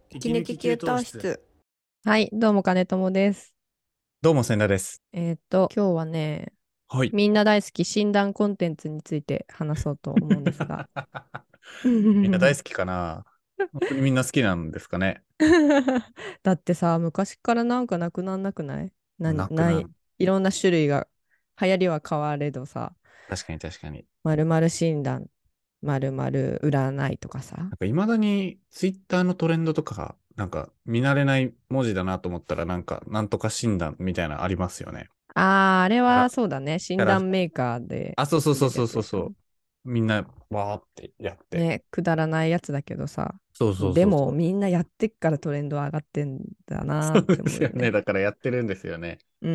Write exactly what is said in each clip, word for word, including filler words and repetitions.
息抜き給湯室。 はい、どうも金友です。 どうも、千田です。 えっと、今日はね、 はい。 みんな大好き診断コンテンツについて話そうと思うんですが。 みんな大好きかな。本当にみんな好きなんですかね。 だってさ、昔からなんかなくなんなくないな、ない、 なくなん。 いろんな種類が、流行りは変われどさ、 確かに確かに。 〇〇診断、〇〇占いとかさ。 なんか未だにツイッターのトレンドとか、なんか見慣れない文字だなと思ったら、なんか、なんとか診断みたいなのありますよね。 あー、あれキャラ、 はそうだね、診キャラ、 断メーカーであ、そうそうそう出るそうそうそやつでしょ。 う。みんな、わーってやって。 ね、くだらないやつだけどさ。 そうそうでそうそう。 もみんなやってっからトレンド上がってんだなそうってですよね。 思うよね。 だからやってるんですよね。 うん、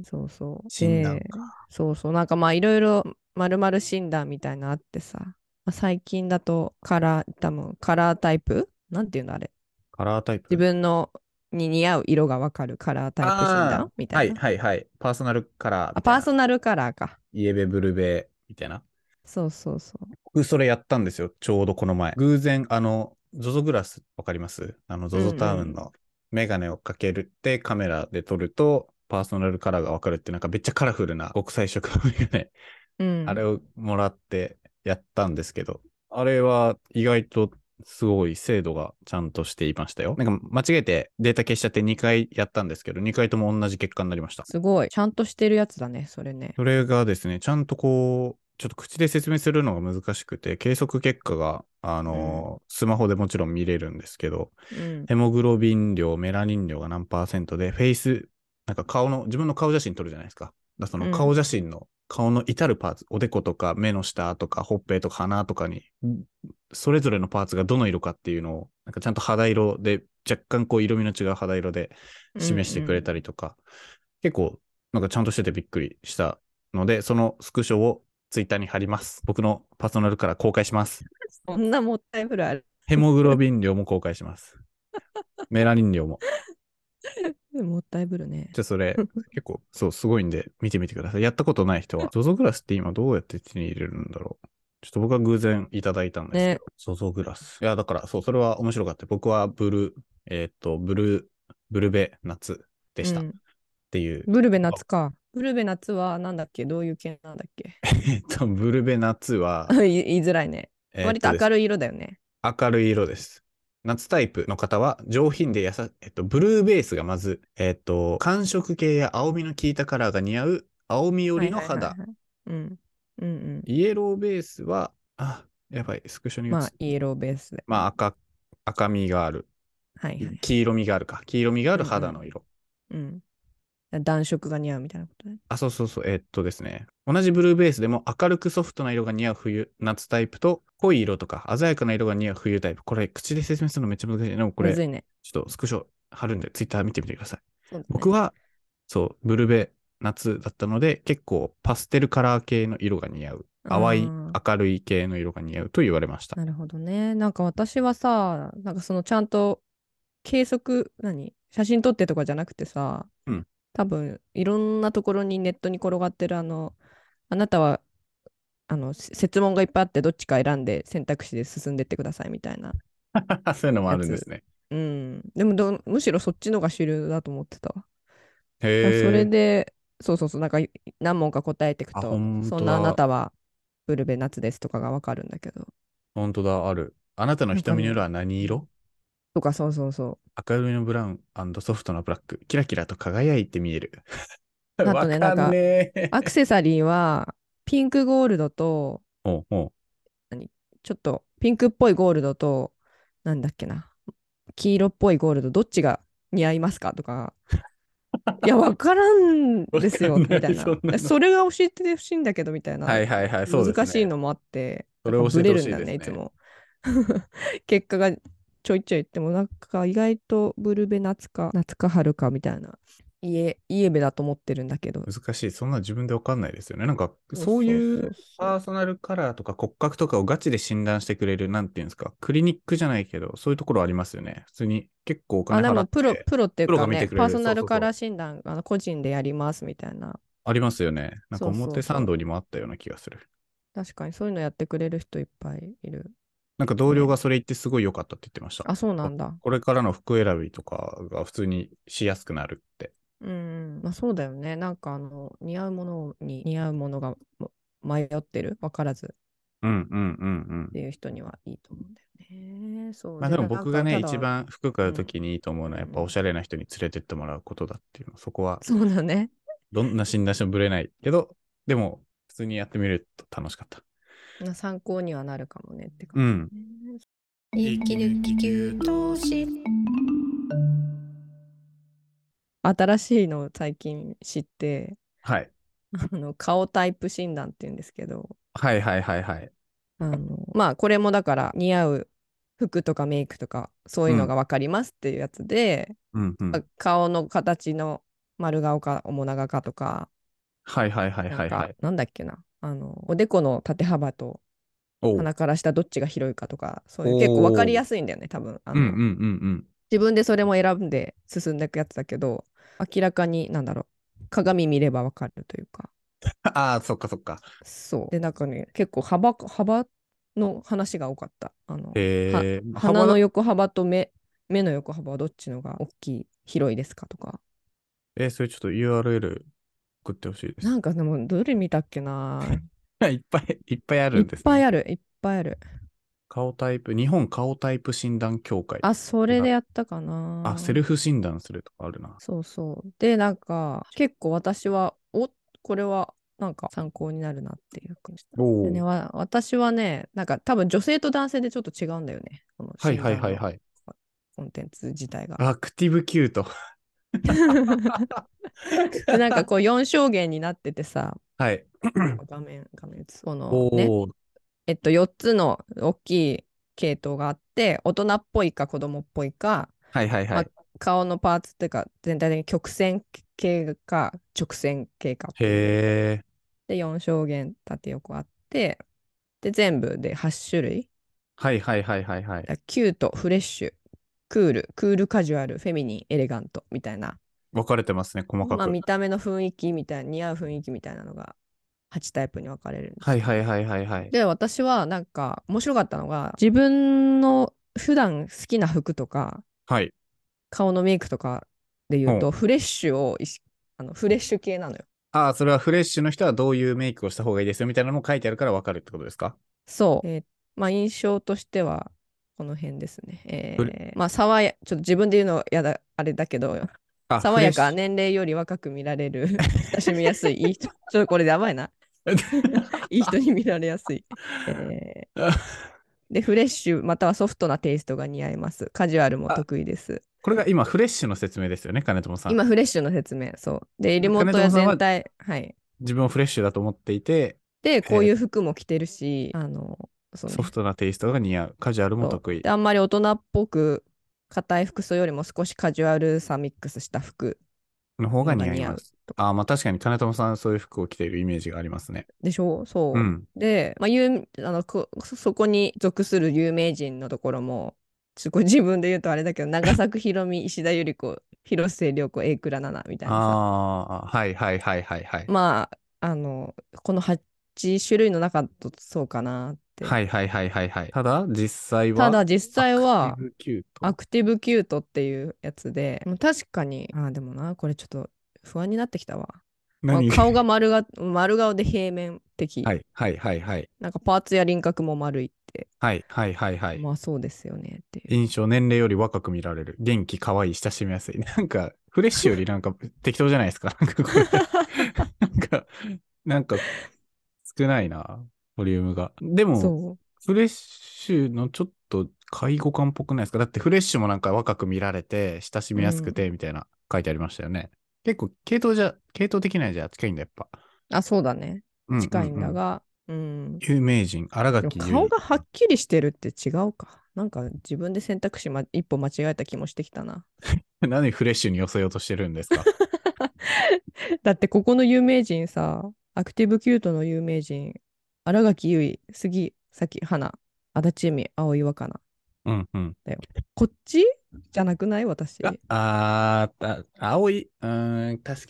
そうそう。 診断で、 か。 そうそう。なんかまあいろいろ〇〇診断みたいなのあってさ。まあ、最近だとカラー、多分カラータイプなんていうのあれ。 カラータイ自プ。 分のに似合う色がわかるカラータイプ診ああ、はい断みたいな。 はいはい。パーソナルカラーあ、 みたいな。 パーソナルカラーか。 イエベブルベみたいな。 そうそうそう。 僕それやったんですよ。ちょうどこの前。偶然、あの、ゾゾグラスわかります？あの、 うゾゾんうん。 タウンのメガネをかけるってカメラで撮ると、パーソナルカラーがわかるって、なんかめっちゃカラフルな国際色のメガネ。 うん。 あれをもらってやったんですけど、あれは意外とすごい精度がちゃんとしていましたよ。なんか間違えてデータ消しちゃってにかいやったんですけど、にかいとも同じ結果になりました。 すごい。ちゃんとしてるやつだね、それね。 それがですね、ちゃんとこう、ちょっと口で説明するのが難しくて、計測結果が、あうん。 のースマホでもちろん見れるんですけど、 うん。 ヘモグロビン量、メラニン量が何パーセントで、フェイス、なんか顔の、自分の顔写真撮るじゃないですか。だからその顔うん。 写真の顔の至るパーツ、おでことか目の下とかほっぺとか鼻とかに、それぞれのパーツがどの色かっていうのを、なんかちゃんと肌色で、若干こう色味の違う肌色でうん。う示してくれん。 たりとか、結構なんかちゃんとしててびっくりしたので、そのスクショをツイッターに貼ります。僕のパーソナルから公開します。 そんなもったいぶるある。 ヘモグロビン量も公開します。メラニン量も。 もったいぶるね。 じゃあそれ、結構、そう、すごいんで、見てみてください。やったことない人は、ゾゾグラスって今どうやって手に入れるんだろう。ちょっと僕は偶然いただいたんですけね。 ど、ゾゾグラス。いや、だから、そう、それは面白かった。僕はブルー、えーっと、ブルー、ブルベ夏でした。っうん。 ていう。 ブルベ夏か。ブルベ夏はなんだっけどういう系なんだっけ？ えっと、ブルベ夏は、 言い言いづらいね。 えーっとです割と明るい色だよね。 明るい色です。夏タイプの方は上品でやさ、えっと、ブルーベースがまず、えっと、寒色系や青みの効いたカラーが似合う青み寄りはいはいはいの肌。 はい。うん。うんうん。 イエローベースは、あ、やばい、スクショに映っまあ、イエローベースで。 まあ、赤、赤みがある。 はいはいはい。 黄色みがあるか。黄色みがあるうんうん。 肌の色。 うん。暖色が似合うみたいなことね。 あ、そうそうそう。えっとですね。同じブルーベースでも明るくソフトな色が似合う冬、夏タイプと濃い色とか鮮やかな色が似合う冬タイプ。これ、口で説明するのめっちゃ難しい。でもこれ、 むずいね。 ちょっとスクショ貼るんで、ツイッター見てみてください。 そうだね。 僕は、そう、ブルベ夏だったので、結構パステルカラー系の色が似合う。 あ淡い、 あ、 明るい系の色が似合うと言われました。 なるほどね。なんか私はさ、なんかそのちゃんと計測、何写真撮ってとかじゃなくてさ、 うん。 多分いろんなところにネットに転がってるあの、あなたはあのせ設問がいっぱいあってどっちか選んで選択肢で進んでってくださいみたいなそういうのもあやつ。 るんですね。 うん。でもど、むしろそっちのが主流だと思ってたわ。だかへらそれえ。 で、そうそうそう、なんか何問か答えていくあ、 と、 本そんなあな当だ。 たはブルベ夏ですとかがわかるんだけど、 本当だ、ある。あなたのなんかね、 瞳の色は何色？ とかそうそうそう。 明るいのブラウンソフトなブラック。キラキラと輝いて見える。 あとね、なんわかんかねアクえ。 セサリーはピンクゴールドと、 おうおう。 何ちょっとピンクっぽいゴールドと、なんだっけな、黄色っぽいゴールド、どっちが似合いますかとか、いや、わからんわですよ、 かんない、 みたいな。 そんなの。 それが教えてほしいんだけど、みたいな。 はいはいはい、そうです難しいね。 のもあって、 そなんかれを教えてほしブレるんだよね、 いですね。 いつも。結果がちょいちょい言っても、なんか意外とブルベ夏か、夏か春かみたいな。家、家ベだと思ってるんだけど。 難しい。そんな自分でわかんないですよね。なんか、 そうそうそうそいううそう。 パーソナルカラーとか骨格とかをガチで診断してくれる、なんていうんですか、クリニックじゃないけど、そういうところありますよね。普通に結構おあ、 金でもプロ、 払って、 プロっていうプロがかね、 見てくれる。 パーソナルカラーそうそうそう。 診断、あの個人でやりますみたいな。 ありますよね。なんかそうそう表そう。 参道にもあったような気がする。 確かにそういうのやってくれる人いっぱいいる。 なんか同僚ね。 がそれ言ってすごい良かったって言ってました。 あ、そうなんだ。 これからの服選びとかが普通にしやすくなるって。 うん。まあそうだよね。なんかあの、似合うものに似合うものがも迷ってる、わからずうんうんうんうん。 っていう人にはいいと思うんだよね。そう。で、 まあでもなんか、 僕がね、 ただ、 一番服買うん。 うときにいいと思うのは、やっぱおうん。 しゃれな人に連れてってもらうことだっていうの。そこは、 そうだね。 どんな診断してもぶれないけど、でも、普通にやってみると楽しかった。 まあ参考にはなるかもねって感じだうん。 ね。息抜き給湯室。新しいのを最近知って、 はい。 あの顔タイプ診断っていうんですけど、 はいはいはいはい。 あのまあこれもだから似合う服とかメイクとかそういうのうん。 が分かりますっていうやつで、あうんうん。 顔の形の丸顔か面長かとか、 はいはいはいなんはいはい。 かなんだっけな、あのおでこの縦幅とおう。 鼻から下どっちが広いかとか、そういう結構分かりおー。 やすいんだよね、多分。あのうんうんうん自分でそれも選んで進んでいくやつだけど、明らかになんだろう、鏡見れば分かるというか。 うん。ああ、そっかそっか。 そう。で、なんかね、結構幅、幅の話が多かった。あの、は、 えー、幅だ、 鼻の横幅と目、目の横幅はどっちのが大きい、広いですかとか。 えー、それちょっと ユーアールエル 送ってほしいです。 なんかでも、どれ見たっけな。 いっぱいいっぱいあいっるんですね。 ぱいある、いっぱいある。 顔タイプ、日本顔タイプ診断協会。 あ、それでやったかあ、セな。 ルフ診断するとかあるな。 そうそう。で、なんか、結構私は、お、これは、なんか参考になるなっていう感じだ。 おでね、 お。 わ、私はね、なんか多分女性と男性でちょっと違うんだよね。このはいはい診断のはいはい。 コンテンツ自体が。 アクティブキュート。 で、なんかこうよん証言になっててさ、 はい。 画面、画面映す。このね、 おお。 えっと、よっつの大きい系統があって、大人っぽいか子供っぽいか、 はいはいはまあ、 い。 顔のパーツっていうか、全体的に曲線系か直線系かっていう。 へえ。 で、よん証言縦横あって、で、全部ではち種類。 はいはいはいはいはい。 だキュート、フレッシュ、クール、クールカジュアル、フェミニン、エレガントみたいな。 分かれてますね、細かまあ、 く。 見た目の雰囲気みたいな、似合う雰囲気みたいなのがはちタイプに分かれるんですけど。 はいはいはいはいはい。 で、私はなんか面白かったのが、自分の普段好きな服とか、 はい。 顔のメイクとかで言うと、 ほう。 フレッシュを意識、あのフレッシュ系なのよ。 ああ、それはフレッシュの人はどういうメイクをした方がいいですよみたいなのも書いてあるから分かるってことですか？ そう。えーまあ印象としては、この辺ですね。 フレ、 えーまあ爽や、ちょっと自分で言うのやだ、あれだけど、 あ、フ爽やか、 レッシ年齢より若く見られる、親しみやすい、いい人。ちょっとこれやばいな。 ュ。 いい人に見られやすい。えーで、フレッシュまたはソフトなテイストが似合います。カジュアルもあ、 得意です。 これが今フレッシュの説明ですよね、金友さ今、フレッシュの説明。そう。で、襟ん。金元や友さんは全体、はい。 自分をフレッシュだと思っていて、 で、こうえーいう服も着てるし、あの、そうね。 ソフトなテイストが似合う。カジュアルもそう。 得意。 で、あんまり大人っぽく、硬い服装よりも少しカジュアルさミックスした服の方がのが似合う似合います。 とか。 ああ、まあ確かに金友さんそういう服を着ているイメージがありますね。 でしょそうん。 う。で、まあ、有あのこそそこに属する有名人のところも、すごい自分で言うとあれだけど、長作ひろみ、石田ゆり子、広末涼子、榮倉奈々みたいなさ。 ああ、はいはいはいはいはい。 まあ、あの、このはち種類の中とそうかなって。 はいはいはいはいはい。ただ、実際は、 ただ実ア際は、 クティブキュート。 アクティブキュートっていうやつで、もう確かに、あ、でもな、これちょっと不安になってきたわ。まあ、 何？ 顔が丸が、丸顔で平面的。 はいはいはいはい。 なんかパーツや輪郭も丸いって。 はいはいはいはい。 まあそうですよねっていう。 印象、年齢より若く見られる。元気、可愛い、親しみやすい。なんか、フレッシュよりなんか適当じゃないですか。なんかこれなんか、なんか少ないな、ボリュームが。でも、 そう。 フレッシュのちょっと介護官っぽくないですか？だってフレッシュもなんか若く見られて、親しみやすくうん。 て、みたいな書いてありましたよね。結構、系統じゃ、系統的なじゃ近いんだ、やっぱ。 あ、そうだね。 うんうん近いんうん。 だが、うん。 有名人、新でも垣結衣。 顔がはっきりしてるって違うか。なんか自分で選択肢、ま、一歩間違えた気もしてきたな。 何フレッシュに寄せようとしてるんですか？ だってここの有名人さ、アクティブキュートの有名人、新垣結衣、杉咲花、足立由美、青岩かな。 うんうん。 だよ。こっちじゃなくないあ、 私。 あーあ、青い、うーん、確かに。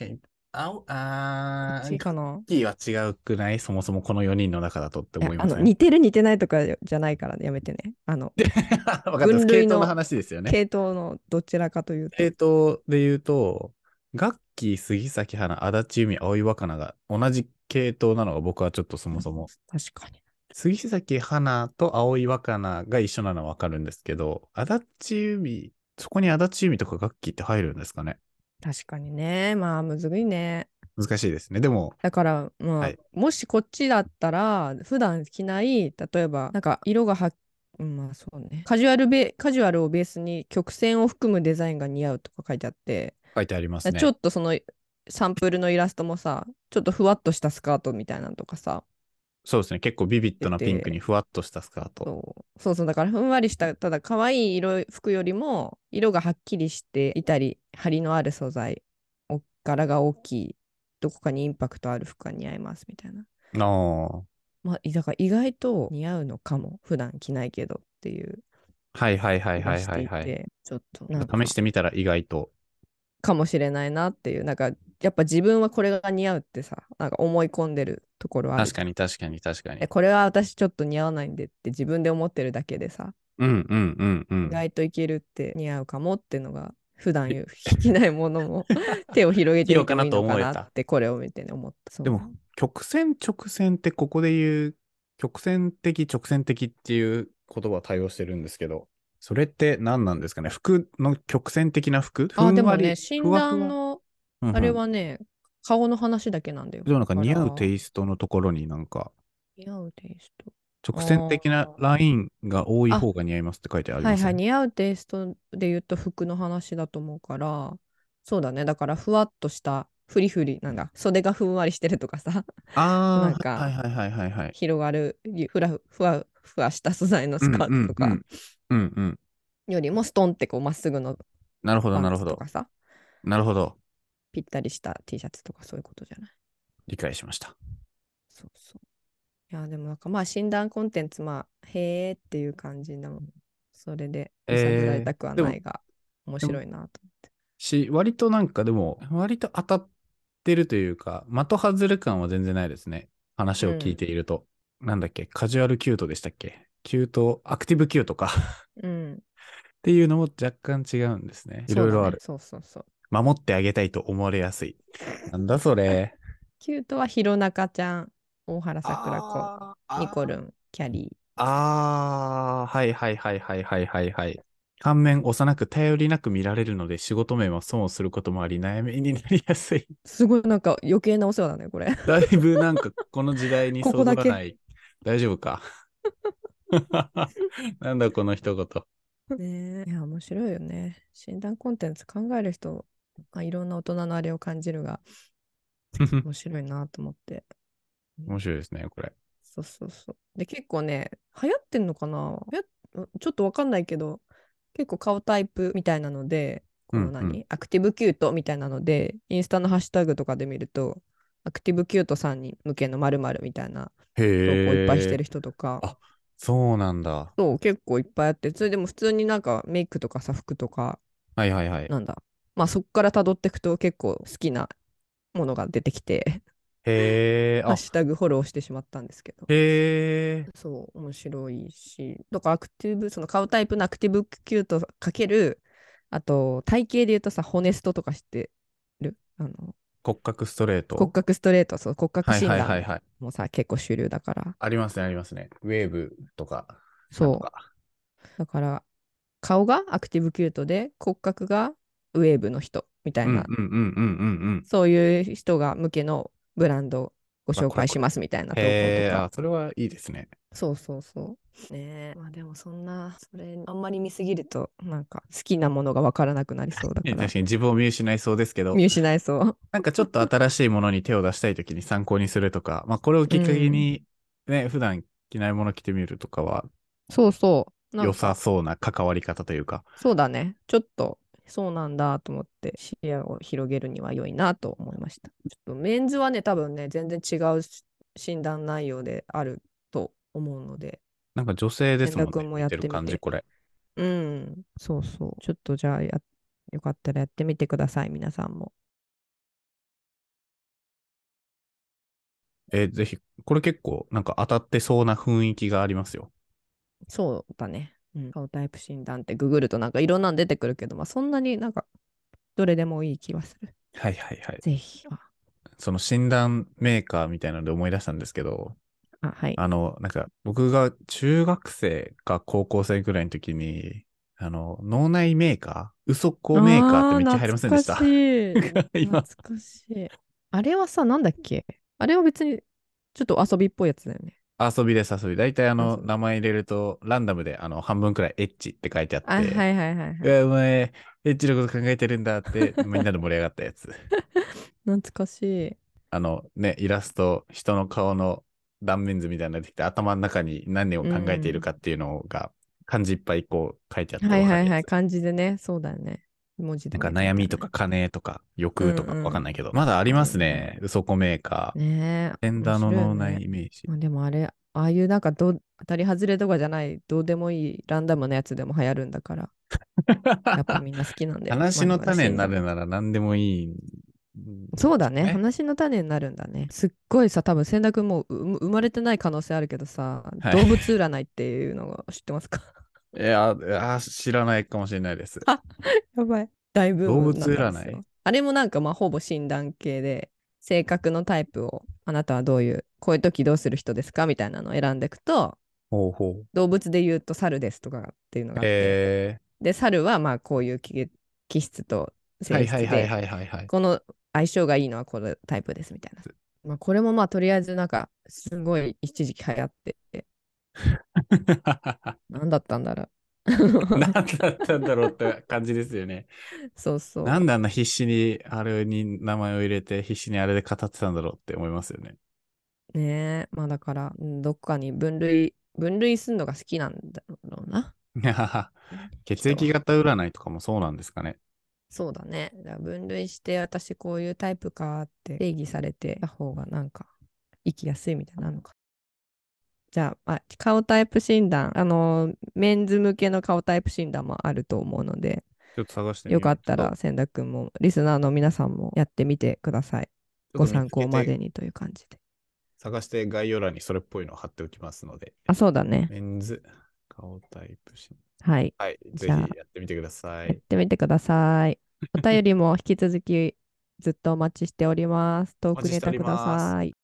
青、 こっあー、ガッちかな。 キーは違うくないそもそもこのよにんの中だとっていや、あの、 思いません？ 似てる似てないとかじゃないからやめてね。あの、 わかったです。 分類の系統の話ですよね。 系統のどちらかというと。 系統で言うと、ガッキー、杉咲花、足立由美、葵わかなが同じ系統なのが僕はちょっとそもそも、 確かに。 杉咲花と葵わかなが一緒なのはわかるんですけど、足立由美、そこに足立由美とかガッキーって入るんですかね？ 確かにね。まあ、むずいね。 難しいですね。でも、 だから、まあ、 はい。 もしこっちだったら、普段着ない、例えば、なんか色がはっ、うんまあそうね。カジュアルベ、カジュアルをベースに曲線を含むデザインが似合うとか書いてあって、 書いてありますちょね。 っとそのサンプルのイラストもさ、ちょっとふわっとしたスカートみたいなのとかさ、 そうですね。結構ビビッドなピンクに出て、 ふわっとしたスカート。 そうそうそう、だからふんわりした、ただ可愛い色、服よりも、色がはっきりしていたり、張りのある素材、お柄が大きい、どこかにインパクトある服が似合いますみたいな。 ああ。 まあ、だから意外と似合うのかも。普段着ないけどっていうはいはいはいはい気がしはいはい。 ていて、ちょっとなんか、 試してみたら意外と。 かもしれないなっていう、なんか、やっぱ自分はこれが似合うってさ、なんか思い込んでるところある確かじゃん。 に確かに確かえ、 に。 これは私ちょっと似合わないんでって自分で思ってるだけでさ、 うんうんうんうん。 意外といけるって似合うかもっていうのが、普段言う着着ないものも手を広げてみてもいい着ようかなとのかなっ思えた。 てこれを見てね思った。そでも、 う。 曲線直線ってここで言う、曲線的直線的っていう言葉を多用してるんですけど、それって何なんですかね？服の曲線的な服ふあ、でもね、 んわり、ふ診わふわ。 断のあうんうん。 れはね、顔の話だけなんだよ。 でもなんかだから、 似合うテイストのところになんか似合うテイスト。 直線的なあラインが多いあ。あ、 方が似合いますって書いてありはいはい、 ません？ 似合うテイストで言うと服の話だと思うから、そうだね。だからふわっとしたフリフリ、なんだ、袖がふんわりしてるとかさ、なああー、はんかいはいはいはいはい。 広がるふらふふわふわした素材のスカうんートとかうんうん。うんうん。 よりもストンってこうまっすぐのなるほどパンなるほど。 ツとかさ、 なるほど。 ぴったりした T シャツとかそういうことじゃない。 理解しました。 そうそう。いや、でもなんかまあ診断コンテンツ、まあ、へーっていう感じの、それでうさぐられえー、 たくはでも、 ないが、面でも白いなと。 し、割となんかでも、割と当たってるというか、的外れ感は全然ないですね。話を聞いうん。 ていると。なんだっけ、カジュアルキュートでしたっけ？キュート、アクティブキュートかうん。 っていうのも若干違うんですね。いそうだね。 ろいろある。 そうそうそう。 守ってあげたいと思われやすい。なんだそれ。 キュートは弘中ちゃん、大原桜子、 あー、あー、 ニコルン、キャリあー、はいはいはいはいはいはいはい。反面、幼く頼りなく見られるので、仕事面は損をすることもあり、悩みになりやすい。 ー。すごいなんか余計なお世話だね、これ。 だいぶなんか、この時代にそここだけ。 ぐわない。大丈夫か？なんだこの一言。 ねえ。いや、面白いよね。診断コンテンツ考える人、まあ、いろんな大人のあれを感じるが、面白いなと思って。うん面白いですね、これ。 そうそうそう。で、結構ね、流行ってんのかな流行っちょっとわかんないけど、結構顔タイプみたいなので、このうんうん。 何アクティブキュートみたいなので、インスタのハッシュタグとかで見ると、アクティブキュートさんに向けの〇〇みたいな投稿いっぱいしへえ。 てる人とか、 あ、そうなんだ。 そう、結構いっぱいあって、それでも普通になんかメイクとかさ、服とか、 はいはいはい。 なんだ、まあそっから辿っていくと結構好きなものが出てきて、 へえ。 ハッあ、 シュタグフォローしてしまったんですけど。 へえ。 そう、面白いし、だからアクティブ、その顔タイプのアクティブキュートかける、あと体型で言うとさ、ホネストとか知ってるあの、 骨格ストレー骨ト。 格ストレート、そう、骨格はい診断はいはいはい。 もさ、結構主流だから、 ありますね、ありますね。ウェーブとか、なんとそか。 う、だから顔がアクティブキュートで骨格がウェーブの人みたいな、 うんうんうんうんうんうん。 そういう人が向けのブランドをごあ、 紹介しこれこれ。 ますみたいな投稿とへえ、 か、 あ、それはいいですね。 そうそうそう。ねえ。まあでもそんな、それ、あんまり見すぎると、なんか好きなものがわからなくなりそうだ確から、 かに自分を見失いそうですけど、 見失いそう。 なんかちょっと新しいものに手を出したいときに参考にするとか、まあこれをきうっかけん。 にね、普段着ないもの着てみるとかはそうそう。な良んか、 さそうな関わり方というか。 そうだね。ちょっと、そうなんだと思って視野を広げるには良いなと思いました。ちょっとメンズはね、多分ね、全然違うし診断内容であると思うので、 なんか女性ですもんね、 健太君もやっ見てる感じ、 てみて。 これ。 うん。そうそう。ちょっとじゃあや、よかったらやってみてください、皆さんも。 えーぜひ、これ結構なんか当たってそうな雰囲気がありますよ。 そうだね。うん、顔タイプ診断ってググるとなんかいろんなの出てくるけど、まあそんなになんかどれでもいい気はする。 はいはいはい。 ぜひ。あ、 その診断メーカーみたいなので思い出したんですけど、 あはい。 あの、なんか僕が中学生か高校生くらいの時に、あの、脳内メーカー、嘘子メーカーってああ、 めっちゃ懐流行りませんでかした？ しい。 今、 懐かしい。あれはさ、なんだっけ？あれは別にちょっと遊びっぽいやつだよね。 遊びです遊び。大体あの、 遊び。 名前入れると、ランダムであの、半分くらいエッチって書いてあっあ、はて、 いはいはいはい。 うわ、お前、エッチのこと考えてるんだって、みんなで盛り上がったやつ。 懐かしい。 あの、ね、イラスト、人の顔の断面図みたいなのができて、頭の中に何をう考えているん。 かっていうのが、漢字いっぱいこう書いてあってはいはいはい。 わかるやつ。 漢字でね。そうだよね。文字なんかでね、書い悩みとかてあるね。 金とかうん欲とかわうん。 かんないけど、まだありまあるね。 すね。嘘子メーカねえ、 ー。ジェン面ダーの脳白いよね。 内イメージ。 まあ、でもあれ、ああいうなんかどう当たり外れとかじゃない、どうでもいいランダムなやつでも流行るんだから、やっぱみんな好きなんだよ。 話のまるまる種になる診断。 なら何でもいいんそうだね。 ですかね。 話の種になるんだね。すっごいさ、多分千田君もうう生まれてない可能性あるけどさ、 はい。 動物占いっていうのを知ってますか？ いや、いや知らないかもしれないです。 あ、やばい。大ブー動物ムになったんです占い。 よ。あれもなんかまあほぼ診断系で、性格のタイプを、あなたはどういう、こういう時どうする人ですかみたいなのを選んでいくと、 ほうほ動物で言うと猿ですとかっていうのがう。 あって、 えで、猿はまあこういう気、気質とー、は性いはいはい質で、 はいはいはい。 この相性がいいのはこのタイプですみたいな。まあ、これもまあとりあえずなんかすごい一時期流行ってて、何だったんだろう。 何だったんだろうって感じですよね。 そうそなんであんな必死にあれに名前を入れて必死にあれで語ってたんだろうって思いますよね。 う。ねえ。まあだから、うんどっかに分類、分類するのが好きなんだろうな。 血人は。 液型占いとかもそうなんですかね。 そうだね。だから分類して私こういうタイプかって定義されてた方がなんか生きやすいみたいなのか。じゃあ、あ、顔タイプ診断、あの、メンズ向けの顔タイプ診断もあると思うので、 ちょっと探してみよかよう。ちょっと、 ったら千田君もリスナーの皆さんもやってみてください。 ちょっと見ご参考まつけて、 でにという感じで。 探して概要欄にそれっぽいのを貼っておきますので。 あ、そうだね。 メンズ顔タイプ診はい。 断。はい。ぜじゃあ、 ひやってみてくださやっい。 てみてください。お便りも引き続きずっとお待ちしております。トーお待ちしておりクネタくだます。 さい。